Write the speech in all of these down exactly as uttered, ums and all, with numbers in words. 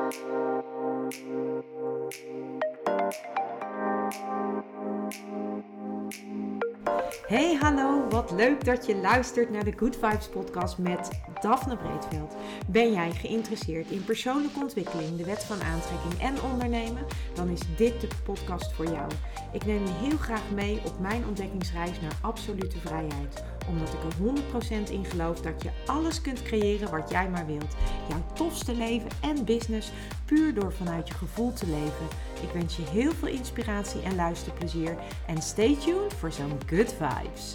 Hey, hallo, wat leuk dat je luistert naar de Good Vibes podcast met Daphne Breedveld. Ben jij geïnteresseerd in persoonlijke ontwikkeling, de wet van aantrekking en ondernemen? Dan is dit de podcast voor jou. Ik neem je heel graag mee op mijn ontdekkingsreis naar absolute vrijheid. Omdat ik er honderd procent in geloof dat je alles kunt creëren wat jij maar wilt. Jouw tofste leven en business puur door vanuit je gevoel te leven. Ik wens je heel veel inspiratie en luisterplezier. En stay tuned voor zo'n good vibes.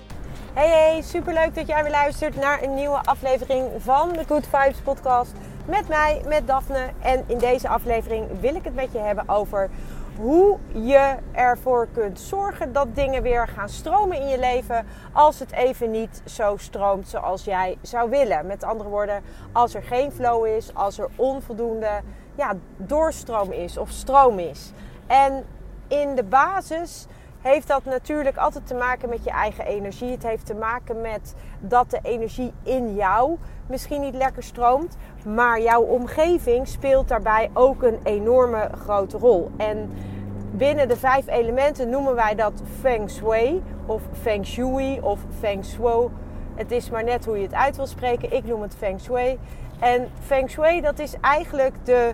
Hey, hey, superleuk dat jij weer luistert naar een nieuwe aflevering van de Good Vibes podcast. Met mij, met Daphne. En in deze aflevering wil ik het met je hebben over hoe je ervoor kunt zorgen dat dingen weer gaan stromen in je leven als het even niet zo stroomt zoals jij zou willen. Met andere woorden, als er geen flow is, als er onvoldoende ja, doorstroom is of stroom is. En in de basis heeft dat natuurlijk altijd te maken met je eigen energie. Het heeft te maken met dat de energie in jou misschien niet lekker stroomt. Maar jouw omgeving speelt daarbij ook een enorme grote rol. En binnen de vijf elementen noemen wij dat Feng Shui of Feng Shui of Feng Shui. Het is maar net hoe je het uit wil spreken. Ik noem het Feng Shui. En Feng Shui, dat is eigenlijk de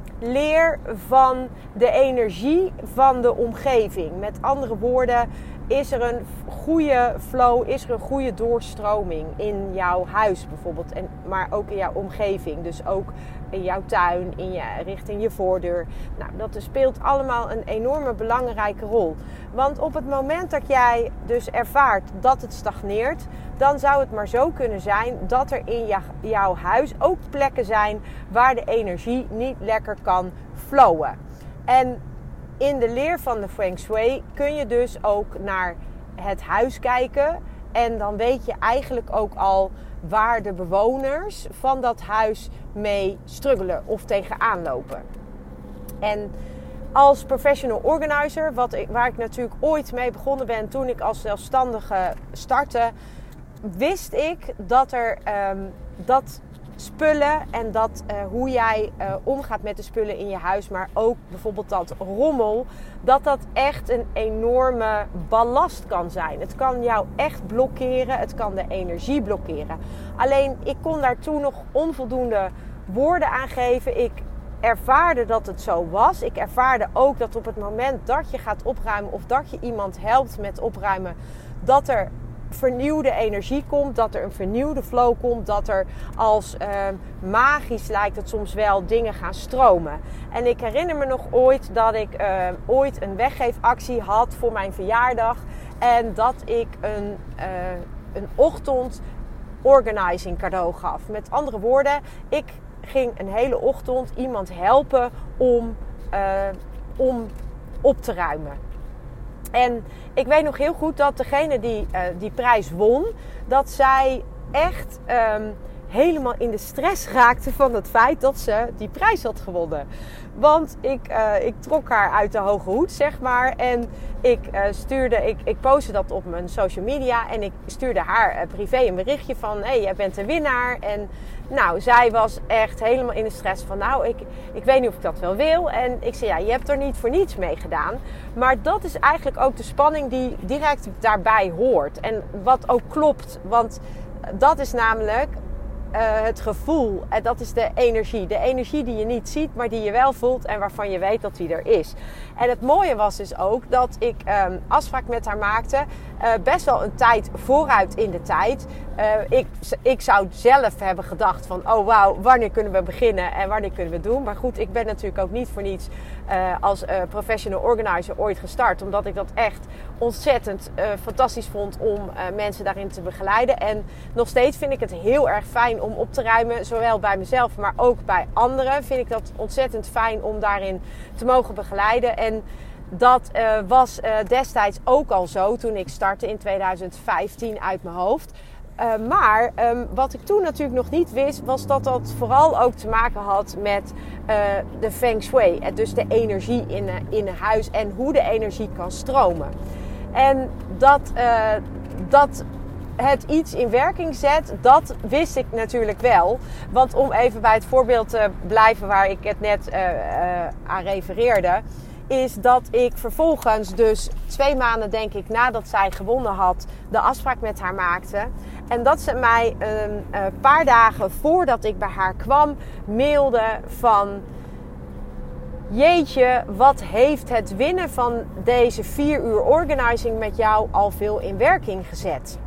leer van de energie van de omgeving. Met andere woorden, is er een goede flow, is er een goede doorstroming in jouw huis bijvoorbeeld, en, maar ook in jouw omgeving. Dus ook in jouw tuin, in je, richting je voordeur. Nou, dat speelt allemaal een enorme belangrijke rol. Want op het moment dat jij dus ervaart dat het stagneert, dan zou het maar zo kunnen zijn dat er in jou, jouw huis ook plekken zijn waar de energie niet lekker kan flowen. En in de leer van de Feng Shui kun je dus ook naar het huis kijken. En dan weet je eigenlijk ook al waar de bewoners van dat huis mee struggelen of tegenaan lopen. En als professional organizer, wat ik, waar ik natuurlijk ooit mee begonnen ben toen ik als zelfstandige startte, wist ik dat er um, dat spullen en dat uh, hoe jij uh, omgaat met de spullen in je huis, maar ook bijvoorbeeld dat rommel, dat dat echt een enorme ballast kan zijn. Het kan jou echt blokkeren, het kan de energie blokkeren. Alleen ik kon daar toen nog onvoldoende woorden aan geven. Ik ervaarde dat het zo was. Ik ervaarde ook dat op het moment dat je gaat opruimen of dat je iemand helpt met opruimen, dat er vernieuwde energie komt, dat er een vernieuwde flow komt, dat er als uh, magisch lijkt het soms wel dingen gaan stromen. En ik herinner me nog ooit dat ik uh, ooit een weggeefactie had voor mijn verjaardag en dat ik een, uh, een ochtend organizing cadeau gaf. Met andere woorden, ik ging een hele ochtend iemand helpen om, uh, om op te ruimen. En ik weet nog heel goed dat degene die uh, die prijs won, dat zij echt um, helemaal in de stress raakte van het feit dat ze die prijs had gewonnen. Want ik, uh, ik trok haar uit de hoge hoed, zeg maar. En ik uh, stuurde, ik, ik postte dat op mijn social media. En ik stuurde haar uh, privé een berichtje van, hé, hey, jij bent de winnaar. En nou, zij was echt helemaal in de stress van, nou, ik, ik weet niet of ik dat wel wil. En ik zei, ja, je hebt er niet voor niets mee gedaan. Maar dat is eigenlijk ook de spanning die direct daarbij hoort. En wat ook klopt, want dat is namelijk Uh, het gevoel, en dat is de energie. De energie die je niet ziet, maar die je wel voelt en waarvan je weet dat die er is. En het mooie was dus ook dat ik um, afspraak met haar maakte, uh, best wel een tijd vooruit in de tijd. Uh, ik, ik zou zelf hebben gedacht van, oh wauw, wanneer kunnen we beginnen en wanneer kunnen we het doen? Maar goed, ik ben natuurlijk ook niet voor niets uh, als uh, professional organizer ooit gestart. Omdat ik dat echt ontzettend uh, fantastisch vond om uh, mensen daarin te begeleiden. En nog steeds vind ik het heel erg fijn om op te ruimen, zowel bij mezelf, maar ook bij anderen. Vind ik dat ontzettend fijn om daarin te mogen begeleiden. En dat uh, was uh, destijds ook al zo toen ik startte in tweeduizend vijftien uit mijn hoofd. Uh, maar um, wat ik toen natuurlijk nog niet wist, was dat dat vooral ook te maken had met uh, de Feng Shui. Dus de energie in, uh, in een huis en hoe de energie kan stromen. En dat, uh, dat het iets in werking zet, dat wist ik natuurlijk wel. Want om even bij het voorbeeld te blijven waar ik het net uh, uh, aan refereerde, is dat ik vervolgens dus twee maanden, denk ik, nadat zij gewonnen had, de afspraak met haar maakte. En dat ze mij een uh, paar dagen voordat ik bij haar kwam, mailde van: jeetje, wat heeft het winnen van deze vier uur organizing met jou al veel in werking gezet?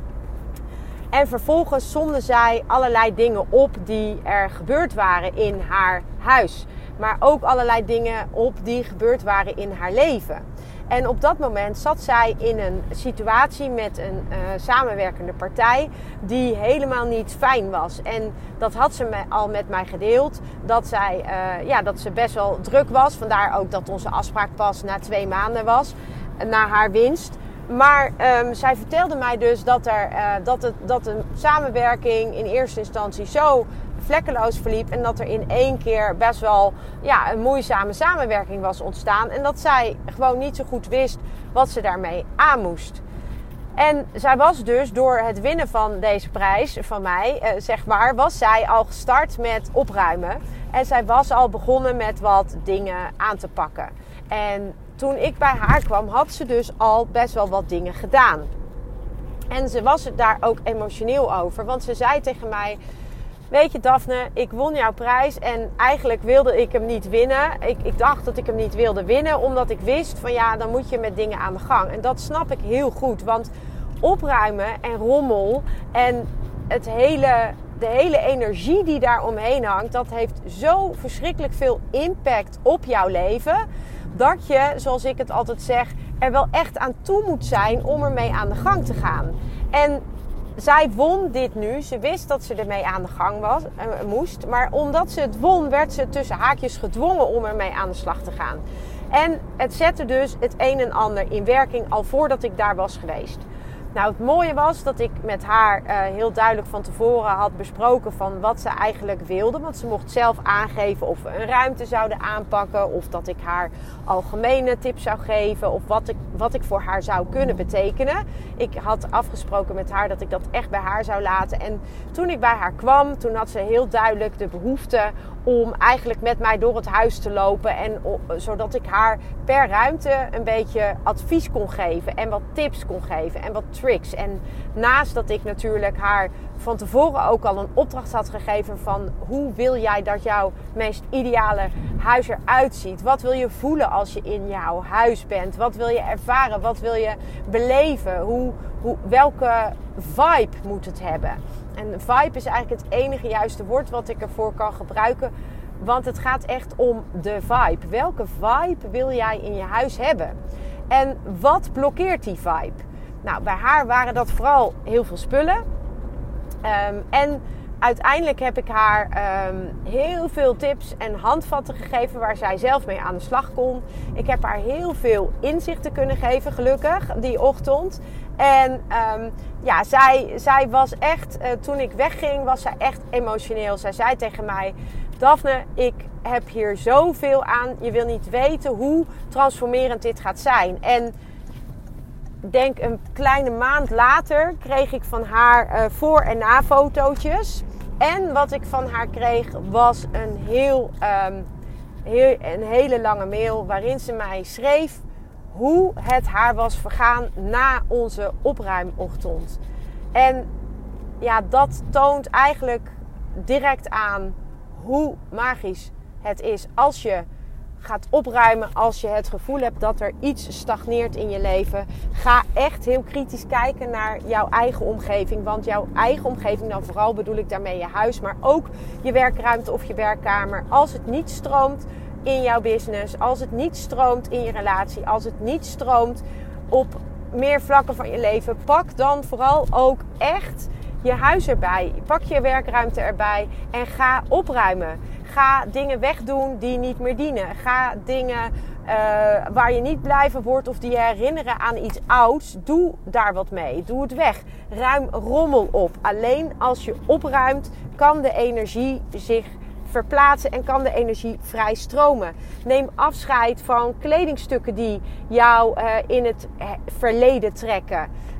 En vervolgens somde zij allerlei dingen op die er gebeurd waren in haar huis. Maar ook allerlei dingen op die gebeurd waren in haar leven. En op dat moment zat zij in een situatie met een uh, samenwerkende partij die helemaal niet fijn was. En dat had ze me al met mij gedeeld. Dat, zij, uh, ja, dat ze best wel druk was. Vandaar ook dat onze afspraak pas na twee maanden was. Na haar winst. Maar um, zij vertelde mij dus dat, er, uh, dat, het, dat de samenwerking in eerste instantie zo vlekkeloos verliep. En dat er in één keer best wel ja, een moeizame samenwerking was ontstaan. En dat zij gewoon niet zo goed wist wat ze daarmee aan moest. En zij was dus door het winnen van deze prijs van mij, uh, zeg maar, was zij al gestart met opruimen. En zij was al begonnen met wat dingen aan te pakken. En toen ik bij haar kwam, had ze dus al best wel wat dingen gedaan. En ze was het daar ook emotioneel over. Want ze zei tegen mij: weet je Daphne, ik won jouw prijs en eigenlijk wilde ik hem niet winnen. Ik, ik dacht dat ik hem niet wilde winnen, omdat ik wist van ja, dan moet je met dingen aan de gang. En dat snap ik heel goed, want opruimen en rommel en het hele, de hele energie die daar omheen hangt, dat heeft zo verschrikkelijk veel impact op jouw leven, dat je, zoals ik het altijd zeg, er wel echt aan toe moet zijn om ermee aan de gang te gaan. En zij won dit nu. Ze wist dat ze ermee aan de gang was, uh, moest. Maar omdat ze het won, werd ze tussen haakjes gedwongen om ermee aan de slag te gaan. En het zette dus het een en ander in werking al voordat ik daar was geweest. Nou, het mooie was dat ik met haar uh, heel duidelijk van tevoren had besproken van wat ze eigenlijk wilde. Want ze mocht zelf aangeven of we een ruimte zouden aanpakken. Of dat ik haar algemene tips zou geven. Of wat ik, wat ik voor haar zou kunnen betekenen. Ik had afgesproken met haar dat ik dat echt bij haar zou laten. En toen ik bij haar kwam, toen had ze heel duidelijk de behoefte om eigenlijk met mij door het huis te lopen. En zodat ik haar per ruimte een beetje advies kon geven. En wat tips kon geven. En wat tricks. En naast dat ik natuurlijk haar van tevoren ook al een opdracht had gegeven van hoe wil jij dat jouw meest ideale huis eruit ziet? Wat wil je voelen als je in jouw huis bent? Wat wil je ervaren? Wat wil je beleven? Hoe, hoe, welke vibe moet het hebben? En vibe is eigenlijk het enige juiste woord wat ik ervoor kan gebruiken. Want het gaat echt om de vibe. Welke vibe wil jij in je huis hebben? En wat blokkeert die vibe? Nou, bij haar waren dat vooral heel veel spullen. Um, en uiteindelijk heb ik haar um, heel veel tips en handvatten gegeven waar zij zelf mee aan de slag kon. Ik heb haar heel veel inzichten kunnen geven, gelukkig, die ochtend. En um, ja, zij, zij was echt, uh, toen ik wegging, was zij echt emotioneel. Zij zei tegen mij: Daphne, ik heb hier zoveel aan. Je wil niet weten hoe transformerend dit gaat zijn. En ik denk een kleine maand later kreeg ik van haar uh, voor- en na-fotootjes. En wat ik van haar kreeg was een, heel, um, heel, een hele lange mail waarin ze mij schreef hoe het haar was vergaan na onze opruimochtend. En ja, dat toont eigenlijk direct aan hoe magisch het is als je gaat opruimen, als je het gevoel hebt dat er iets stagneert in je leven. Ga echt heel kritisch kijken naar jouw eigen omgeving. Want jouw eigen omgeving, dan vooral bedoel ik daarmee je huis, maar ook je werkruimte of je werkkamer. Als het niet stroomt in jouw business, als het niet stroomt in je relatie, als het niet stroomt op meer vlakken van je leven, pak dan vooral ook echt je huis erbij. Pak je werkruimte erbij en ga opruimen. Ga dingen wegdoen die niet meer dienen. Ga dingen uh, waar je niet blij van wordt of die je herinneren aan iets ouds. Doe daar wat mee. Doe het weg. Ruim rommel op. Alleen als je opruimt kan de energie zich verplaatsen en kan de energie vrij stromen. Neem afscheid van kledingstukken die jou uh, in het verleden trekken.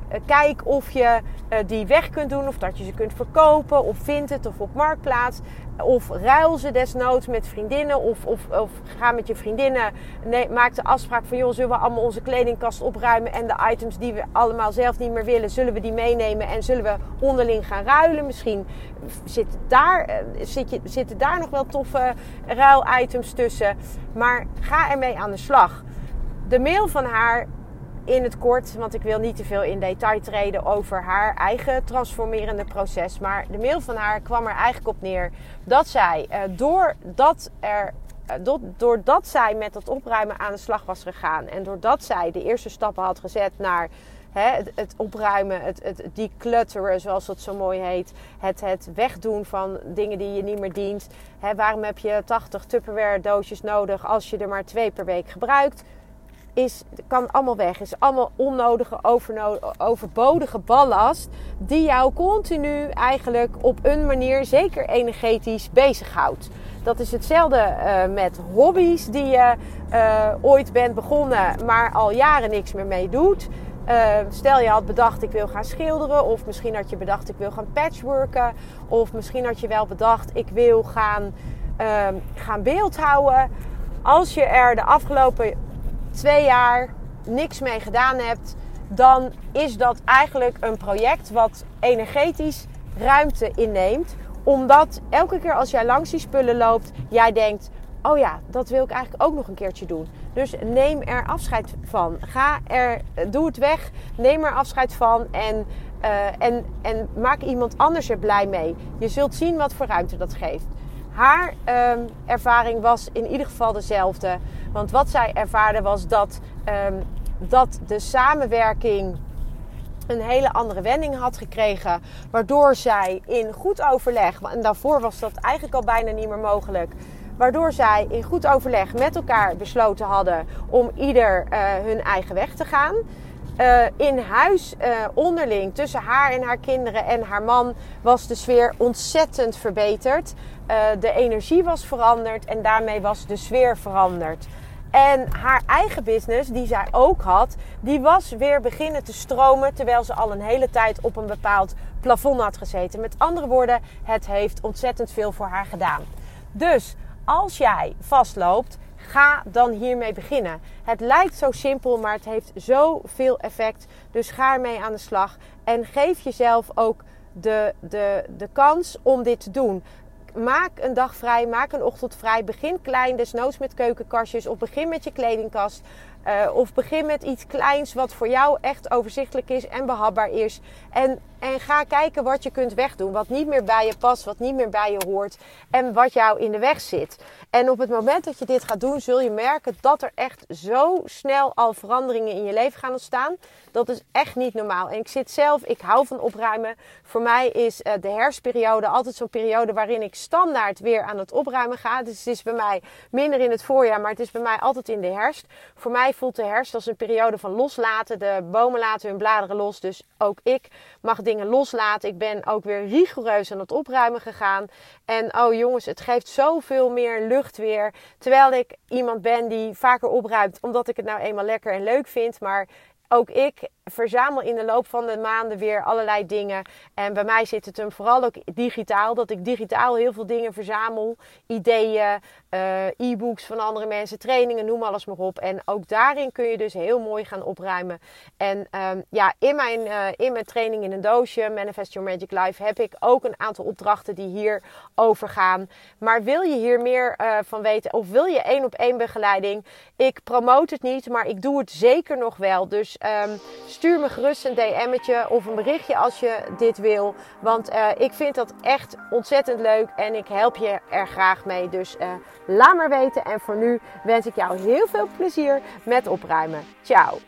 Uh, kijk of je uh, die weg kunt doen of dat je ze kunt verkopen of vind het of op Marktplaats. Of ruil ze desnoods met vriendinnen of, of, of ga met je vriendinnen. Nee, maak de afspraak van joh, zullen we allemaal onze kledingkast opruimen en de items die we allemaal zelf niet meer willen, zullen we die meenemen en zullen we onderling gaan ruilen. Misschien zit daar, zit je, zitten daar nog wel toffe ruilitems tussen. Maar ga ermee aan de slag. De mail van haar in het kort, want ik wil niet te veel in detail treden over haar eigen transformerende proces. Maar de mail van haar kwam er eigenlijk op neer dat zij, uh, doordat, er, uh, doordat zij met dat opruimen aan de slag was gegaan en doordat zij de eerste stappen had gezet naar hè, het, het opruimen, het, het declutteren zoals dat zo mooi heet, het, het wegdoen van dingen die je niet meer dient. Hè, waarom heb je tachtig Tupperware doosjes nodig als je er maar twee per week gebruikt? Is, kan allemaal weg. Is allemaal onnodige, overbodige ballast die jou continu eigenlijk op een manier, zeker energetisch, bezighoudt. Dat is hetzelfde uh, met hobby's die je uh, ooit bent begonnen, maar al jaren niks meer mee doet. Uh, stel je had bedacht ik wil gaan schilderen, of misschien had je bedacht ik wil gaan patchworken, of misschien had je wel bedacht ik wil gaan, uh, gaan beeldhouden. Als je er de afgelopen twee jaar niks mee gedaan hebt, dan is dat eigenlijk een project wat energetisch ruimte inneemt. Omdat elke keer als jij langs die spullen loopt, jij denkt, oh ja, dat wil ik eigenlijk ook nog een keertje doen. Dus neem er afscheid van. Ga er, doe het weg, neem er afscheid van en, uh, en, en maak iemand anders er blij mee. Je zult zien wat voor ruimte dat geeft. Haar um, ervaring was in ieder geval dezelfde. Want wat zij ervaarde was dat, um, dat de samenwerking een hele andere wending had gekregen. Waardoor zij in goed overleg, en daarvoor was dat eigenlijk al bijna niet meer mogelijk. Waardoor zij in goed overleg met elkaar besloten hadden om ieder uh, hun eigen weg te gaan. Uh, in huis uh, onderling tussen haar en haar kinderen en haar man was de sfeer ontzettend verbeterd. Uh, de energie was veranderd en daarmee was de sfeer veranderd. En haar eigen business, die zij ook had, die was weer beginnen te stromen terwijl ze al een hele tijd op een bepaald plafond had gezeten. Met andere woorden, het heeft ontzettend veel voor haar gedaan. Dus als jij vastloopt, ga dan hiermee beginnen. Het lijkt zo simpel, maar het heeft zoveel effect. Dus ga ermee aan de slag. En geef jezelf ook de, de, de kans om dit te doen. Maak een dag vrij, maak een ochtend vrij. Begin klein, desnoods met keukenkastjes. Of begin met je kledingkast. Uh, of begin met iets kleins wat voor jou echt overzichtelijk is en behapbaar is. En, en ga kijken wat je kunt wegdoen. Wat niet meer bij je past, wat niet meer bij je hoort. En wat jou in de weg zit. En op het moment dat je dit gaat doen, zul je merken dat er echt zo snel al veranderingen in je leven gaan ontstaan. Dat is echt niet normaal. En ik zit zelf, ik hou van opruimen. Voor mij is uh, de herfstperiode altijd zo'n periode waarin ik standaard weer aan het opruimen ga. Dus het is bij mij minder in het voorjaar, maar het is bij mij altijd in de herfst. Voor mij voelt de herfst als een periode van loslaten. De bomen laten hun bladeren los, dus ook ik mag dingen loslaten. Ik ben ook weer rigoureus aan het opruimen gegaan. En oh jongens, het geeft zoveel meer lucht weer. Terwijl ik iemand ben die vaker opruimt, omdat ik het nou eenmaal lekker en leuk vind. Maar ook ik verzamel in de loop van de maanden weer allerlei dingen. En bij mij zit het hem vooral ook digitaal. Dat ik digitaal heel veel dingen verzamel. Ideeën, uh, e-books van andere mensen, trainingen, noem alles maar op. En ook daarin kun je dus heel mooi gaan opruimen. En um, ja, in mijn, uh, in mijn training in een doosje, Manifest Your Magic Life, heb ik ook een aantal opdrachten die hier over gaan. Maar wil je hier meer uh, van weten of wil je één op één begeleiding? Ik promote het niet, maar ik doe het zeker nog wel. Dus um, stuur me gerust een D M'tje of een berichtje als je dit wil. Want uh, ik vind dat echt ontzettend leuk en ik help je er graag mee. Dus uh, laat maar weten. En voor nu wens ik jou heel veel plezier met opruimen. Ciao!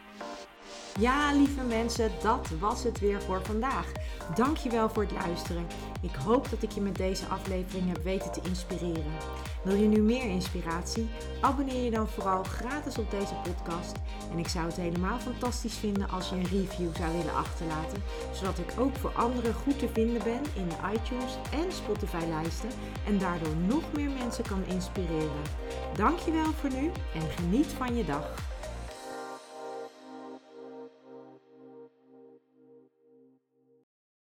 Ja, lieve mensen, dat was het weer voor vandaag. Dankjewel voor het luisteren. Ik hoop dat ik je met deze aflevering heb weten te inspireren. Wil je nu meer inspiratie? Abonneer je dan vooral gratis op deze podcast. En ik zou het helemaal fantastisch vinden als je een review zou willen achterlaten. Zodat ik ook voor anderen goed te vinden ben in de iTunes en Spotify lijsten. En daardoor nog meer mensen kan inspireren. Dankjewel voor nu en geniet van je dag.